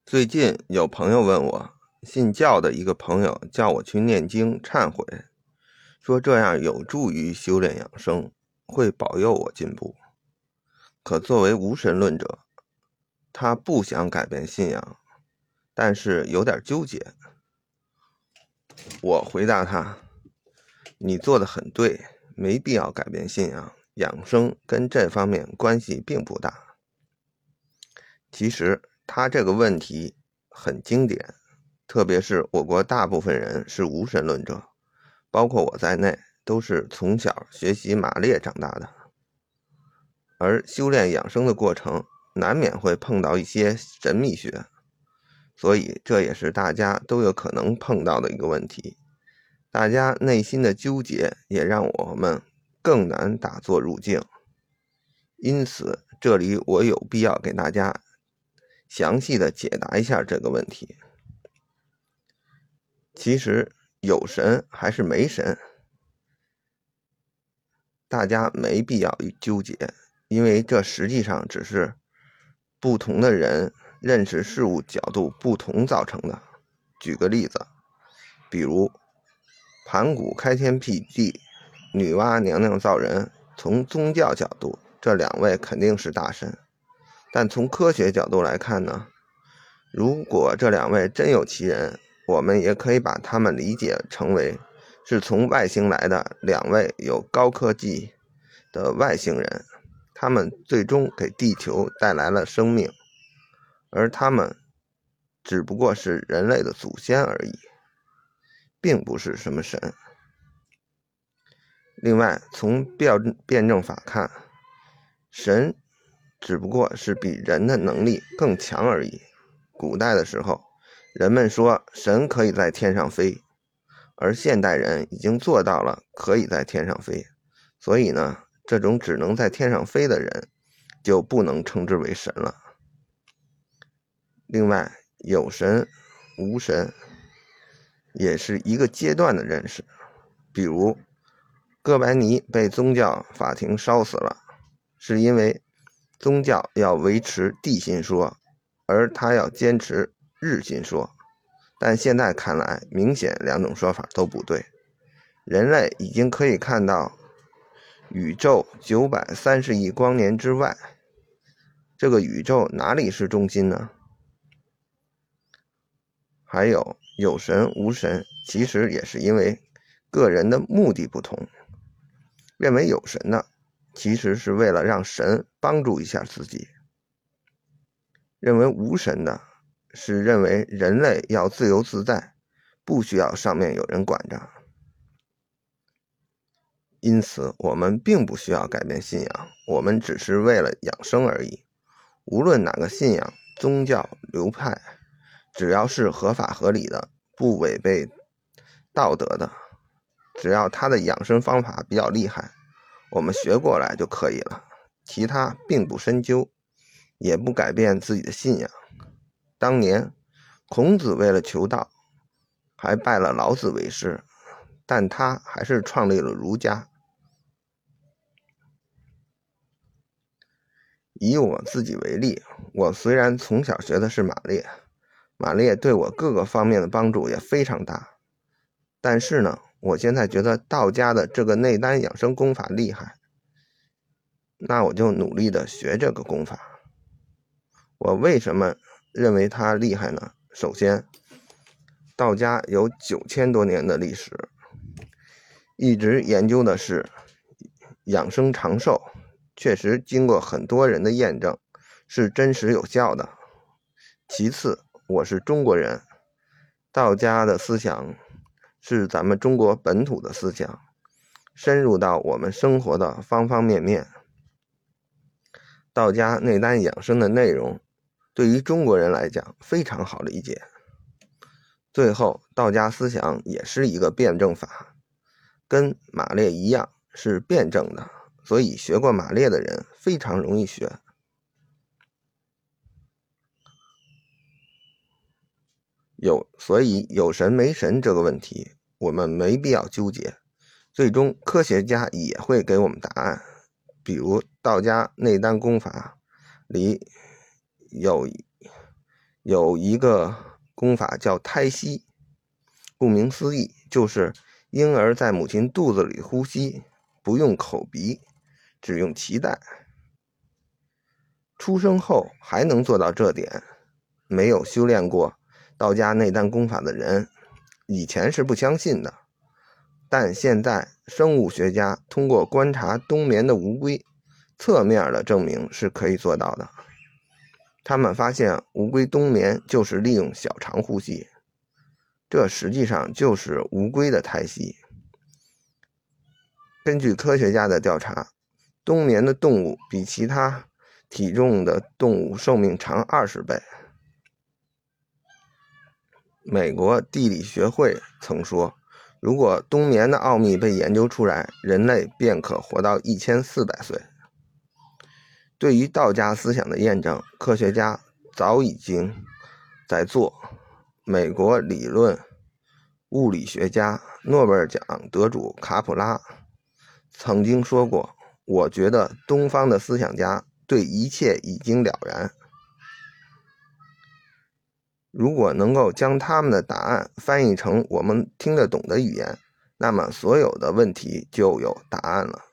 最近有朋友问我，信教的一个朋友叫我去念经忏悔，说这样有助于修炼养生，会保佑我进步。可作为无神论者，他不想改变信仰，但是有点纠结。我回答他，你做得很对，没必要改变信仰，养生跟这方面关系并不大。其实他这个问题很经典，特别是我国大部分人是无神论者，包括我在内，都是从小学习马列长大的。而修炼养生的过程难免会碰到一些神秘学，所以这也是大家都有可能碰到的一个问题。大家内心的纠结也让我们更难打坐入静。因此这里我有必要给大家详细的解答一下这个问题。其实有神还是没神，大家没必要纠结，因为这实际上只是不同的人认识事物角度不同造成的。举个例子，比如盘古开天辟地，女娲娘娘造人，从宗教角度这两位肯定是大神，但从科学角度来看呢，如果这两位真有其人，我们也可以把他们理解成为是从外星来的两位有高科技的外星人，他们最终给地球带来了生命，而他们只不过是人类的祖先而已，并不是什么神。另外，从辩证法看，神只不过是比人的能力更强而已。古代的时候，人们说神可以在天上飞，而现代人已经做到了可以在天上飞，所以呢，这种只能在天上飞的人就不能称之为神了。另外，有神无神也是一个阶段的认识。比如哥白尼被宗教法庭烧死了，是因为宗教要维持地心说，而他要坚持日心说。但现在看来，明显两种说法都不对。人类已经可以看到宇宙930亿光年之外，这个宇宙哪里是中心呢？还有神无神，其实也是因为个人的目的不同。认为有神的，其实是为了让神帮助一下自己；认为无神的，是认为人类要自由自在，不需要上面有人管着。因此，我们并不需要改变信仰，我们只是为了养生而已。无论哪个信仰、宗教、流派，只要是合法合理的，不违背道德的，只要他的养生方法比较厉害，我们学过来就可以了，其他并不深究，也不改变自己的信仰。当年孔子为了求道，还拜了老子为师，但他还是创立了儒家。以我自己为例，我虽然从小学的是马列对我各个方面的帮助也非常大，但是呢，我现在觉得道家的这个内丹养生功法厉害，那我就努力的学这个功法。我为什么认为它厉害呢？首先，道家有9000多年的历史，一直研究的是养生长寿，确实经过很多人的验证，是真实有效的。其次，我是中国人，道家的思想是咱们中国本土的思想，深入到我们生活的方方面面。道家内丹养生的内容对于中国人来讲非常好理解。最后，道家思想也是一个辩证法，跟马列一样是辩证的，所以学过马列的人非常容易学。所以有神没神这个问题，我们没必要纠结，最终科学家也会给我们答案。比如道家内丹功法里有有一个功法叫胎息，顾名思义，就是婴儿在母亲肚子里呼吸，不用口鼻，只用脐带。出生后还能做到这点，没有修炼过道家内丹功法的人，以前是不相信的。但现在生物学家通过观察冬眠的乌龟，侧面的证明是可以做到的。他们发现乌龟冬眠就是利用小肠呼吸，这实际上就是乌龟的胎息。根据科学家的调查，冬眠的动物比其他体重的动物寿命长20倍。美国地理学会曾说，如果冬眠的奥秘被研究出来，人类便可活到1400岁。对于道家思想的验证，科学家早已经在做。美国理论物理学家诺贝尔奖得主卡普拉曾经说过，我觉得东方的思想家对一切已经了然。如果能够将他们的答案翻译成我们听得懂的语言，那么所有的问题就有答案了。